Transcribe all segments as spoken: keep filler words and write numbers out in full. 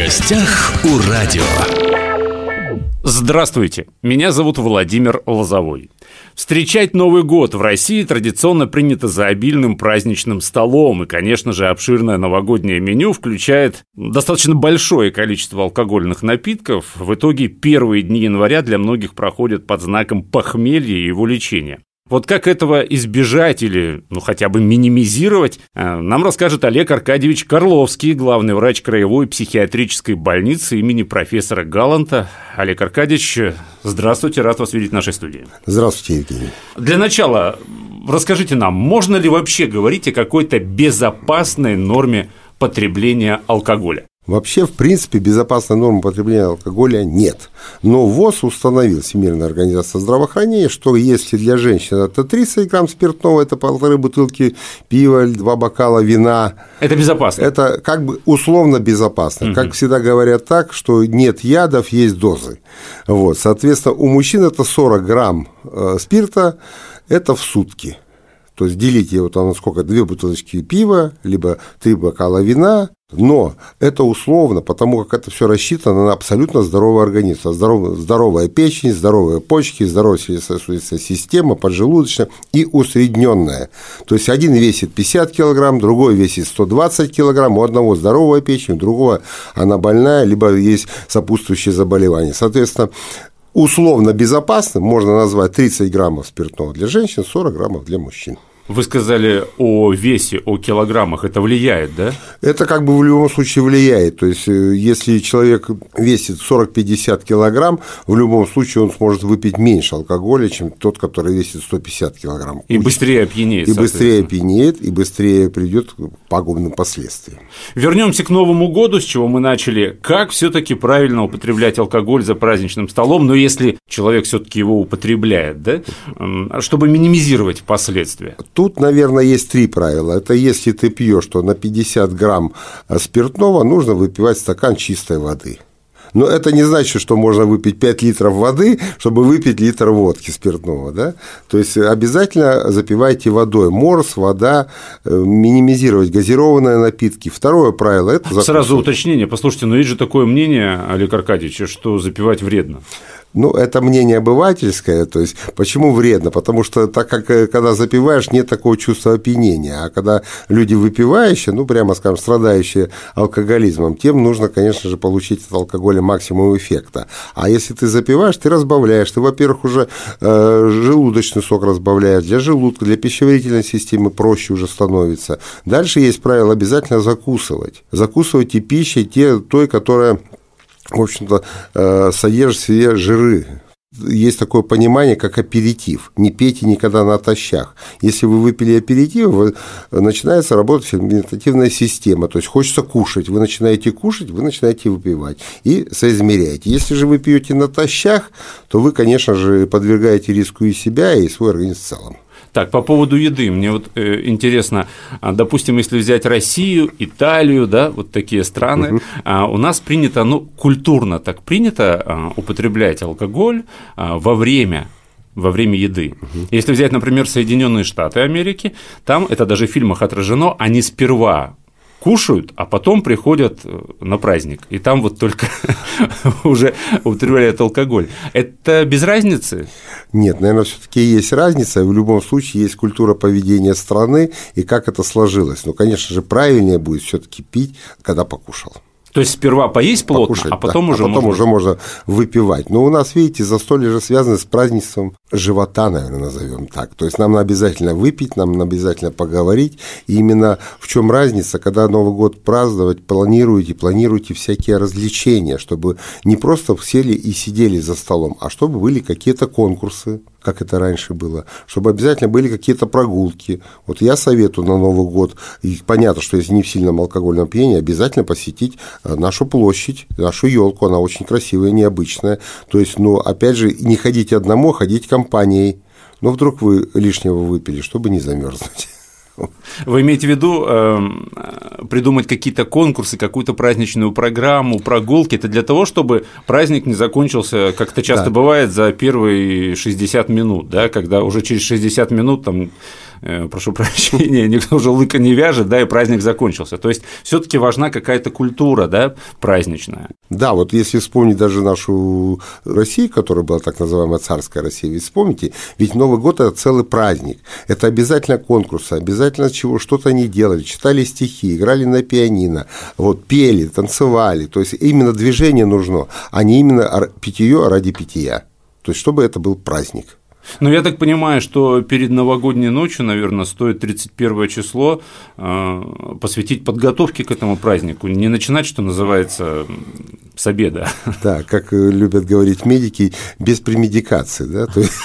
гостях у радио. Здравствуйте, меня зовут Владимир Лозовой. Встречать Новый год в России традиционно принято за обильным праздничным столом, и, конечно же, обширное новогоднее меню включает достаточно большое количество алкогольных напитков. В итоге первые дни января для многих проходят под знаком похмелья и его лечения. Вот как этого избежать или, ну, хотя бы минимизировать, нам расскажет Олег Аркадьевич Карловский, главный врач Краевой психиатрической больницы имени профессора Галанта. Олег Аркадьевич, здравствуйте, рад вас видеть в нашей студии. Здравствуйте, Евгений. Для начала расскажите нам, можно ли вообще говорить о какой-то безопасной норме потребления алкоголя? Вообще, в принципе, безопасной нормы потребления алкоголя нет. Но ВОЗ установил, Всемирная организация здравоохранения, что если для женщин это тридцать грамм спиртного, это полторы бутылки пива, два бокала вина. Это безопасно? Это как бы условно безопасно. Угу. Как всегда говорят так, что нет ядов, есть дозы. Вот. Соответственно, у мужчин это сорок грамм спирта, это в сутки. То есть делите вот там сколько, две бутылочки пива, либо три бокала вина. Но это условно, потому как это все рассчитано на абсолютно здоровый организм. Здоров, здоровая печень, здоровые почки, здоровая сердечно-сосудистая система, поджелудочная и усредненная. То есть один весит пятьдесят килограмм, другой весит сто двадцать килограмм, у одного здоровая печень, у другого она больная, либо есть сопутствующие заболевания. Соответственно, условно безопасным можно назвать тридцать граммов спиртного для женщин, сорок граммов для мужчин. Вы сказали о весе, о килограммах. Это влияет, да? Это как бы в любом случае влияет. То есть, если человек весит сорок-пятьдесят килограмм, в любом случае он сможет выпить меньше алкоголя, чем тот, который весит сто пятьдесят килограмм. И быстрее опьянеет. И быстрее опьянеет, и быстрее придет к пагубным последствиям. Вернемся к Новому году, с чего мы начали. Как все-таки правильно употреблять алкоголь за праздничным столом, но если человек все-таки его употребляет, да, чтобы минимизировать последствия? Тут, наверное, есть три правила. Это если ты пьешь, то на пятьдесят грамм спиртного нужно выпивать стакан чистой воды. Но это не значит, что можно выпить пять литров воды, чтобы выпить литр водки спиртного. Да? То есть обязательно запивайте водой. Морс, вода, минимизировать газированные напитки. Второе правило – это закусывать. Сразу уточнение. Послушайте, но есть же такое мнение, Олег Аркадьевич, что запивать вредно. Ну, это мнение обывательское, то есть, почему вредно? Потому что, так как, когда запиваешь, нет такого чувства опьянения, а когда люди выпивающие, ну, прямо скажем, страдающие алкоголизмом, тем нужно, конечно же, получить от алкоголя максимум эффекта. А если ты запиваешь, ты разбавляешь, ты, во-первых, уже э, желудочный сок разбавляешь, для желудка, для пищеварительной системы проще уже становится. Дальше есть правило обязательно закусывать. Закусывайте пищей те, той, которая... в общем-то, содержит в себе жиры. Есть такое понимание, как аперитив. Не пейте никогда натощак. Если вы выпили аперитив, начинается работать ферментативная система. То есть, хочется кушать. Вы начинаете кушать, вы начинаете выпивать. И соизмеряете. Если же вы пьете натощак, то вы, конечно же, подвергаете риску и себя, и свой организм в целом. Так, по поводу еды, мне вот э, интересно, допустим, если взять Россию, Италию, да, вот такие страны, угу. а, у нас принято, ну, культурно так принято а, употреблять алкоголь а, во время во время еды. Угу. Если взять, например, Соединенные Штаты Америки, там, это даже в фильмах отражено, они сперва кушают, а потом приходят на праздник, и там вот только уже употребляют алкоголь. Это без разницы? Нет, наверное, все-таки есть разница, в любом случае есть культура поведения страны и как это сложилось. Но, конечно же, правильнее будет все-таки пить, когда покушал. То есть сперва поесть плотно, покушать, а потом, да, уже, а потом можно... уже можно выпивать. Но у нас, видите, застолье же связано с празднеством живота, наверное, назовем так. То есть нам обязательно выпить, нам обязательно поговорить. И именно в чем разница, когда Новый год праздновать, планируете, планируете всякие развлечения, чтобы не просто сели и сидели за столом, а чтобы были какие-то конкурсы, как это раньше было, чтобы обязательно были какие-то прогулки. Вот я советую на Новый год, и понятно, что если не в сильном алкогольном опьянении, обязательно посетить нашу площадь, нашу елку, она очень красивая, необычная. То есть, ну, опять же, не ходить одному, а ходить компанией. Но вдруг вы лишнего выпили, чтобы не замерзнуть. Вы имеете в виду э, придумать какие-то конкурсы, какую-то праздничную программу, прогулки? Это для того, чтобы праздник не закончился, как это часто да. бывает, за первые шестьдесят минут, да, когда уже через шестьдесят минут там э, прошу прощения, никто уже лыка не вяжет, да, и праздник закончился. То есть все-таки важна какая-то культура, да, праздничная. Да, вот если вспомнить даже нашу Россию, которая была так называемая царская Россия, ведь вспомните, ведь Новый год – это целый праздник, это обязательно конкурсы, обязательно чего, что-то они делали, читали стихи, играли на пианино, вот, пели, танцевали, то есть именно движение нужно, а не именно питье ради питья, то есть чтобы это был праздник. Ну, я так понимаю, что перед новогодней ночью, наверное, стоит тридцать первое число посвятить подготовке к этому празднику, не начинать, что называется, с обеда. Да, как любят говорить медики, без премедикации, да, то есть,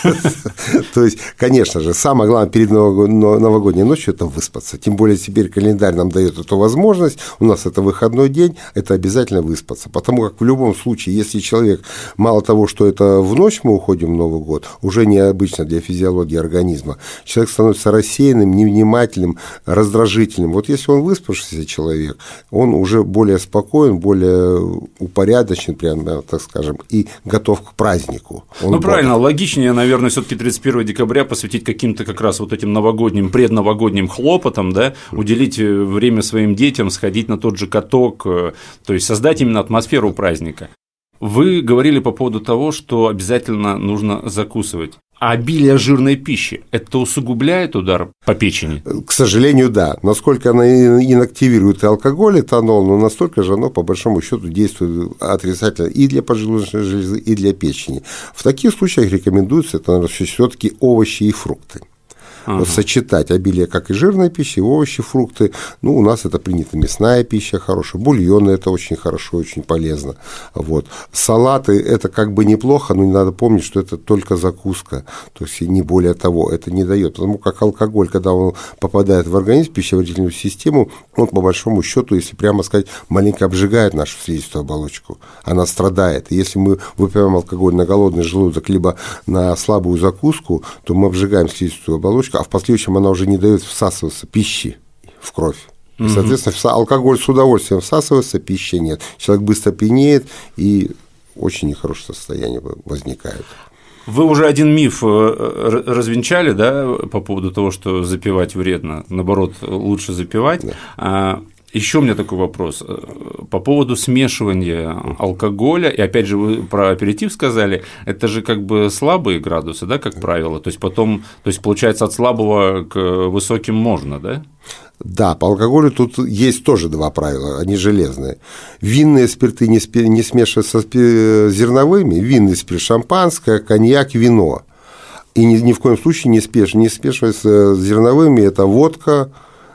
то есть, конечно же, самое главное перед новогодней ночью – это выспаться, тем более теперь календарь нам дает эту возможность, у нас это выходной день, это обязательно выспаться, потому как в любом случае, если человек, мало того, что это в ночь мы уходим в Новый год, уже не обычно для физиологии организма, человек становится рассеянным, невнимательным, раздражительным. Вот если он выспавшийся человек, он уже более спокоен, более упорядочен, прямо, так скажем, и готов к празднику. Он ну, правильно, логичнее, наверное, все-таки тридцать первого декабря посвятить каким-то как раз вот этим новогодним, предновогодним хлопотам, да, уделить время своим детям, сходить на тот же каток, то есть создать именно атмосферу праздника. Вы говорили по поводу того, что обязательно нужно закусывать. А обилие жирной пищи – это усугубляет удар по печени? К сожалению, да. Насколько она инактивирует и алкоголь, этанол, но настолько же оно, по большому счету, действует отрицательно и для поджелудочной железы, и для печени. В таких случаях рекомендуется, это, наверное, все-таки овощи и фрукты. Ага. Вот сочетать обилие как и жирной пищи, и овощи, фрукты. Ну, у нас это принято мясная пища хорошая, бульоны – это очень хорошо, очень полезно. Вот. Салаты – это как бы неплохо, но не надо помнить, что это только закуска, то есть не более того, это не дает. Потому как алкоголь, когда он попадает в организм, в пищеварительную систему, он, по большому счету, если прямо сказать, маленько обжигает нашу слизистую оболочку, она страдает. И если мы выпиваем алкоголь на голодный желудок, либо на слабую закуску, то мы обжигаем слизистую оболочку, а в последующем она уже не дает всасываться пищи в кровь. И, соответственно, алкоголь с удовольствием всасывается, пищи нет. Человек быстро пьянеет, и очень нехорошее состояние возникает. Вы уже один миф развенчали, да, по поводу того, что запивать вредно, наоборот, лучше запивать. Да. Еще у меня такой вопрос по поводу смешивания алкоголя, и опять же вы про аперитив сказали, это же как бы слабые градусы, да, как правило, то есть потом, то есть получается от слабого к высоким можно, да? Да, по алкоголю тут есть тоже два правила, они железные. Винные спирты не смешиваются с зерновыми, винный спирт, шампанское, коньяк, вино. И ни, ни в коем случае не, спеш, не смешиваются с зерновыми, это водка,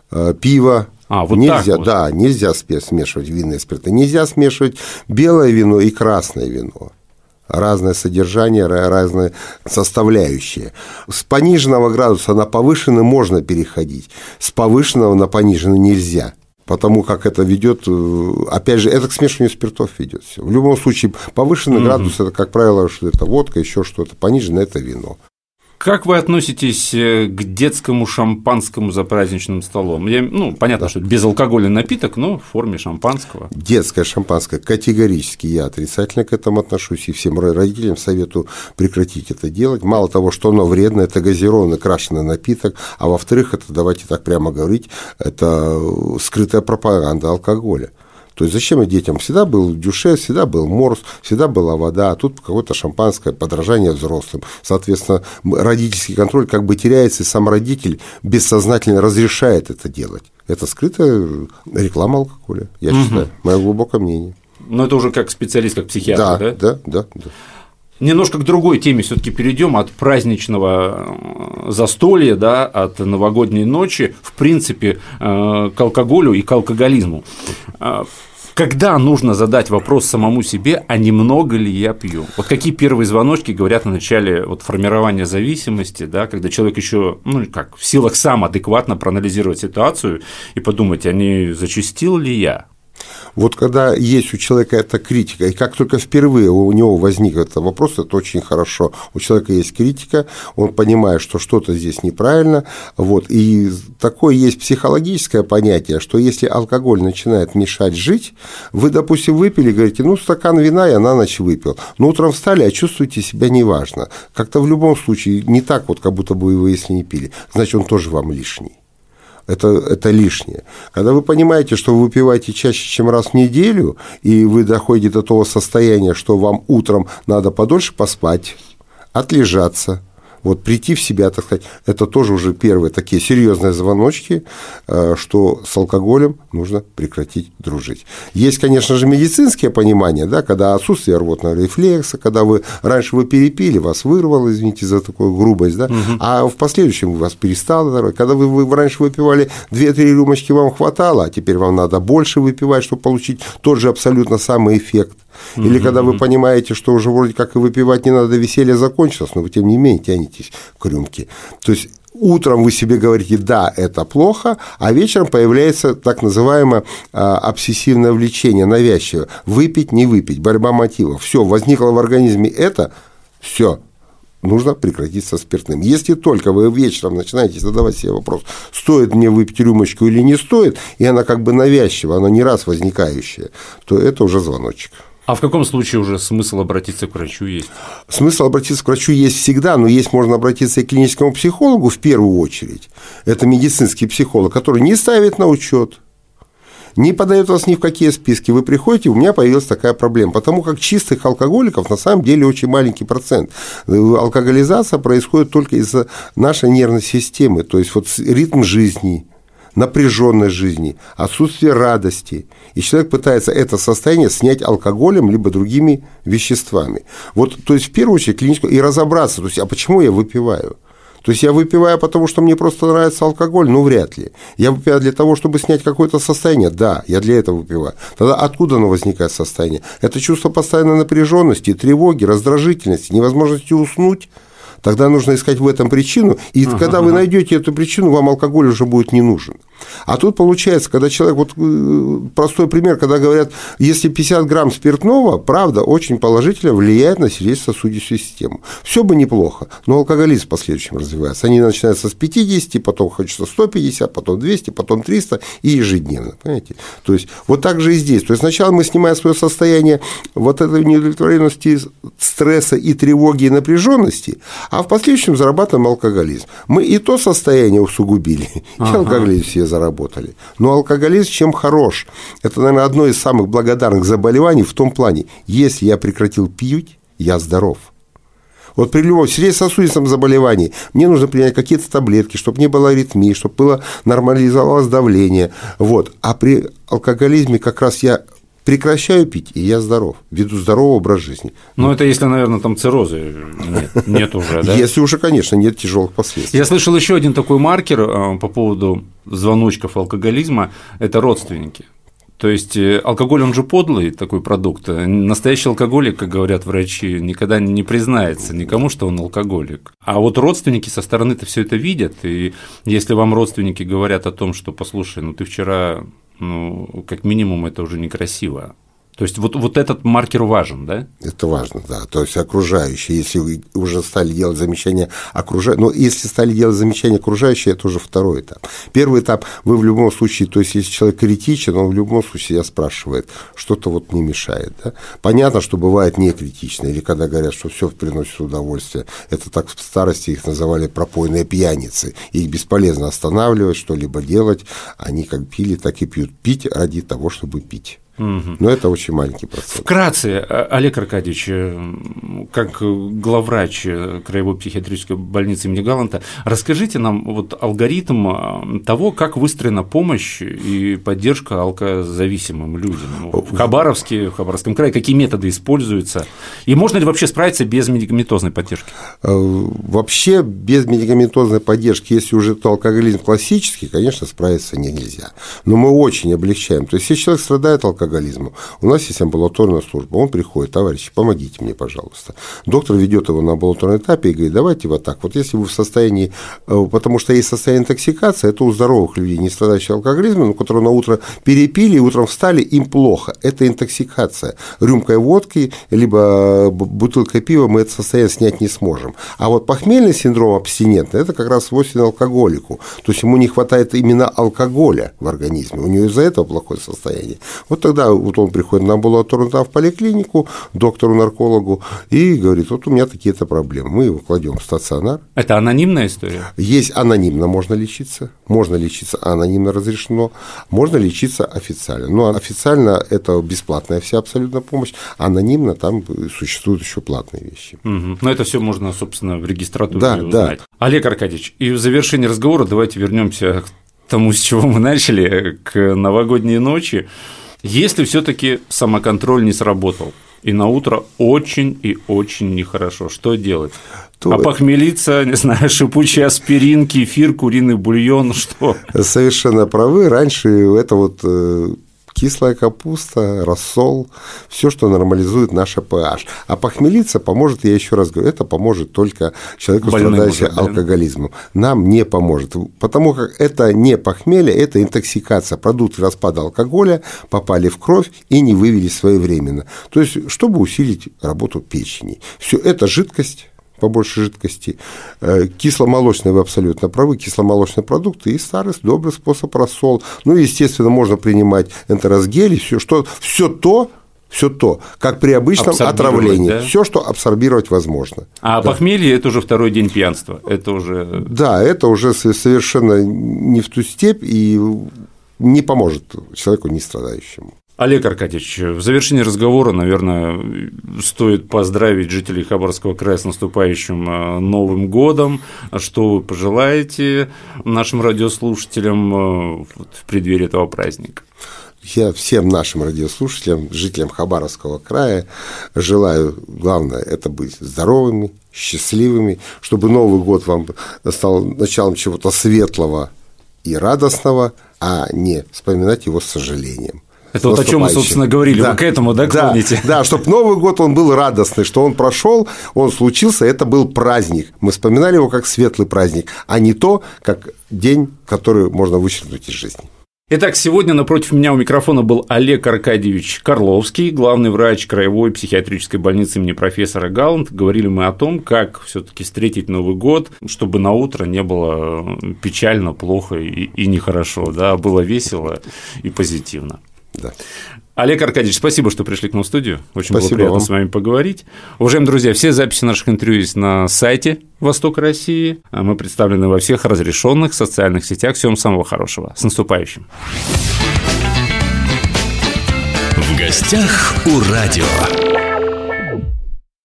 пиво. А, вот нельзя, вот. Да, нельзя смешивать винные спирты. Нельзя смешивать белое вино и красное вино. Разное содержание, разные составляющие. С пониженного градуса на повышенный можно переходить. С повышенного на пониженный нельзя. Потому как это ведет, опять же, это к смешиванию спиртов ведет. В любом случае, повышенный mm-hmm. градус это, как правило, что это водка, еще что-то, пониженное это вино. Как вы относитесь к детскому шампанскому за праздничным столом? Я, ну, понятно, да. что это безалкогольный напиток, но в форме шампанского. Детское шампанское категорически я отрицательно к этому отношусь, и всем родителям советую прекратить это делать. Мало того, что оно вредно, это газированный крашеный напиток, а во-вторых, это, давайте так прямо говорить, это скрытая пропаганда алкоголя. То есть зачем детям? Всегда был дюшес, всегда был морс, всегда была вода, а тут какое-то шампанское, подражание взрослым. Соответственно, родительский контроль как бы теряется, и сам родитель бессознательно разрешает это делать. Это скрытая реклама алкоголя, я угу. считаю, мое глубокое мнение. Но это уже как специалист, как психиатр, да? Да, да, да. да. Немножко к другой теме все-таки перейдем от праздничного застолья, да, от новогодней ночи, в принципе, к алкоголю и к алкоголизму. Когда нужно задать вопрос самому себе, а немного ли я пью? Вот какие первые звоночки говорят о начале вот формирования зависимости, да, когда человек еще, ну, как, в силах сам адекватно проанализировать ситуацию и подумать, а не зачастил ли я? Вот когда есть у человека эта критика, и как только впервые у него возник этот вопрос, это очень хорошо. У человека есть критика, он понимает, что что-то здесь неправильно. Вот. И такое есть психологическое понятие, что если алкоголь начинает мешать жить, вы, допустим, выпили, говорите, ну, стакан вина я на ночь выпил, но утром встали, а чувствуете себя неважно. Как-то в любом случае не так, вот, как будто бы вы, если не пили, значит, он тоже вам лишний. Это, это лишнее. Когда вы понимаете, что вы выпиваете чаще, чем раз в неделю, и вы доходите до того состояния, что вам утром надо подольше поспать, отлежаться, вот прийти в себя, так сказать, это тоже уже первые такие серьезные звоночки, что с алкоголем нужно прекратить дружить. Есть, конечно же, медицинское понимание, да, когда отсутствие рвотного рефлекса, когда вы раньше вы перепили, вас вырвало, извините за такую грубость, да, угу. А в последующем вас перестало, когда вы, вы раньше выпивали две-три рюмочки, вам хватало, а теперь вам надо больше выпивать, чтобы получить тот же абсолютно самый эффект. Или mm-hmm. когда вы понимаете, что уже вроде как и выпивать не надо, веселье закончилось, но вы тем не менее тянетесь к рюмке. То есть утром вы себе говорите, да, это плохо, а вечером появляется так называемое а, обсессивное влечение, навязчивое. Выпить, не выпить, борьба мотивов. Все, возникло в организме это, все. Нужно прекратить со спиртным. Если только вы вечером начинаете задавать себе вопрос, стоит мне выпить рюмочку или не стоит, и она как бы навязчивая, она не раз возникающая, то это уже звоночек. А в каком случае уже смысл обратиться к врачу есть? Смысл обратиться к врачу есть всегда, но есть можно обратиться и к клиническому психологу в первую очередь. Это медицинский психолог, который не ставит на учет, не подает вас ни в какие списки. Вы приходите, у меня появилась такая проблема, потому как чистых алкоголиков на самом деле очень маленький процент. Алкоголизация происходит только из-за нашей нервной системы, то есть вот ритм жизни, напряженной жизни, отсутствие радости. И человек пытается это состояние снять алкоголем либо другими веществами. Вот, то есть, в первую очередь, клиническую, и разобраться, то есть, а почему я выпиваю? То есть, я выпиваю, потому что мне просто нравится алкоголь? Ну, вряд ли. Я выпиваю для того, чтобы снять какое-то состояние? Да, я для этого выпиваю. Тогда откуда оно возникает состояние? Это чувство постоянной напряженности, тревоги, раздражительности, невозможности уснуть. Тогда нужно искать в этом причину, и ага, когда вы найдете эту причину, вам алкоголь уже будет не нужен. А тут получается, когда человек, вот простой пример, когда говорят, если пятьдесят грамм спиртного, правда, очень положительно влияет на сердечно-сосудистую систему. Все бы неплохо, но алкоголизм в последующем развивается. Они начинаются с пятидесяти, потом хочется сто пятьдесят, потом двести, потом триста и ежедневно. Понимаете? То есть, вот так же и здесь. То есть, сначала мы снимаем свое состояние вот этой неудовлетворенности, стресса и тревоги, и напряженности, а в последующем зарабатываем алкоголизм. Мы и то состояние усугубили, ага. и алкоголизм все заработали. Но алкоголизм чем хорош? Это, наверное, одно из самых благодарных заболеваний в том плане, если я прекратил пить, я здоров. Вот при любом сердечно-сосудистом заболевании мне нужно принять какие-то таблетки, чтобы не было аритмии, чтобы было, нормализовалось давление. Вот. А при алкоголизме как раз я прекращаю пить, и я здоров, веду здоровый образ жизни. Ну, это если, наверное, там циррозы нет, нет уже, да? Если уже, конечно, нет тяжелых последствий. Я слышал еще один такой маркер по поводу звоночков алкоголизма – это родственники. То есть алкоголь, он же подлый такой продукт. Настоящий алкоголик, как говорят врачи, никогда не признается никому, что он алкоголик. А вот родственники со стороны-то все это видят. И если вам родственники говорят о том, что, послушай, ну ты вчера, ну, как минимум, это уже некрасиво. То есть вот, вот этот маркер важен, да? Это важно, да. То есть окружающие, если вы уже стали делать замечания окружающим, но если стали делать замечания окружающие, это уже второй этап. Первый этап вы в любом случае, то есть если человек критичен, он в любом случае себя спрашивает, что-то вот не мешает. Да? Понятно, что бывает не критично, или когда говорят, что все приносит удовольствие. Это так в старости их называли пропойные пьяницы. Их бесполезно останавливать, что-либо делать. Они как пили, так и пьют. Пить ради того, чтобы пить. Но это очень маленький процент. Вкратце, Олег Аркадьевич, как главврач Краевой психиатрической больницы имени Галанта, расскажите нам вот алгоритм того, как выстроена помощь и поддержка алкозависимым людям в Хабаровске, в Хабаровском крае, какие методы используются, и можно ли вообще справиться без медикаментозной поддержки? Вообще без медикаментозной поддержки, если уже это алкоголизм классический, конечно, справиться нельзя. Но мы очень облегчаем. То есть, если человек страдает алкоголизмом, алкоголизмом, у нас есть амбулаторная служба. Он приходит: товарищи, помогите мне, пожалуйста. Доктор ведет его на амбулаторном этапе и говорит: давайте вот так. Вот если вы в состоянии, потому что есть состояние интоксикации, это у здоровых людей, не страдающих алкоголизмом, но которые на утро перепили и утром встали, им плохо. Это интоксикация. Рюмкой водки, либо бутылкой пива мы это состояние снять не сможем. А вот похмельный синдром абстинентный – это как раз свойственно алкоголику. То есть ему не хватает именно алкоголя в организме, у него из-за этого плохое состояние. Вот тогда вот он приходит на амбулаторную там в поликлинику, доктору-наркологу, и говорит: вот у меня такие-то проблемы. Мы его кладем в стационар. Это анонимная история? Есть анонимно можно лечиться, можно лечиться анонимно, разрешено, можно лечиться официально. Но официально это бесплатная вся абсолютно помощь, анонимно там существуют еще платные вещи. Угу. Но это все можно, собственно, в регистратуре да, узнать. Да. Олег Аркадьевич, и в завершении разговора давайте вернемся к тому, с чего мы начали, к новогодней ночи. Если все-таки самоконтроль не сработал, и на утро очень и очень нехорошо, что делать? То... Опохмелиться, не знаю, шипучий аспирин, кефир, куриный бульон, что? Совершенно правы. Раньше это вот кислая капуста, рассол, все, что нормализует наше pH. А похмелиться поможет, я еще раз говорю, это поможет только человеку, страдающему алкоголизмом. Нам не поможет, потому как это не похмелье, это интоксикация. Продукты распада алкоголя попали в кровь и не вывелись своевременно. То есть, чтобы усилить работу печени. Все это жидкость, побольше жидкости, кисломолочные, вы абсолютно правы, кисломолочные продукты и старый добрый способ рассол. Ну, естественно, можно принимать энтеросгели, все, что, все то, все то, как при обычном отравлении, да? Все, что абсорбировать возможно. А да. Похмелье – это уже второй день пьянства, это уже… Да, это уже совершенно не в ту степь и не поможет человеку не страдающему. Олег Аркадьевич, в завершении разговора, наверное, стоит поздравить жителей Хабаровского края с наступающим Новым годом. Что вы пожелаете нашим радиослушателям в преддверии этого праздника? Я всем нашим радиослушателям, жителям Хабаровского края желаю, главное, это быть здоровыми, счастливыми, чтобы Новый год вам стал началом чего-то светлого и радостного, а не вспоминать его с сожалением. Это вот о чем мы, собственно, говорили, да, вы к этому, да, клоните? Да, да, чтобы Новый год он был радостный, что он прошел, он случился, это был праздник. Мы вспоминали его как светлый праздник, а не то, как день, который можно вычеркнуть из жизни. Итак, сегодня напротив меня у микрофона был Олег Аркадьевич Карловский, главный врач краевой психиатрической больницы имени профессора Галланд. Говорили мы о том, как все-таки встретить Новый год, чтобы на утро не было печально, плохо и, и нехорошо, да, было весело и позитивно. Да. Олег Аркадьевич, спасибо, что пришли к нам в студию. Очень спасибо было приятно вам. с вами поговорить. Уважаемые друзья, все записи наших интервью есть на сайте «Восток России». Мы представлены во всех разрешенных социальных сетях. Всем самого хорошего. С наступающим. В гостях у радио.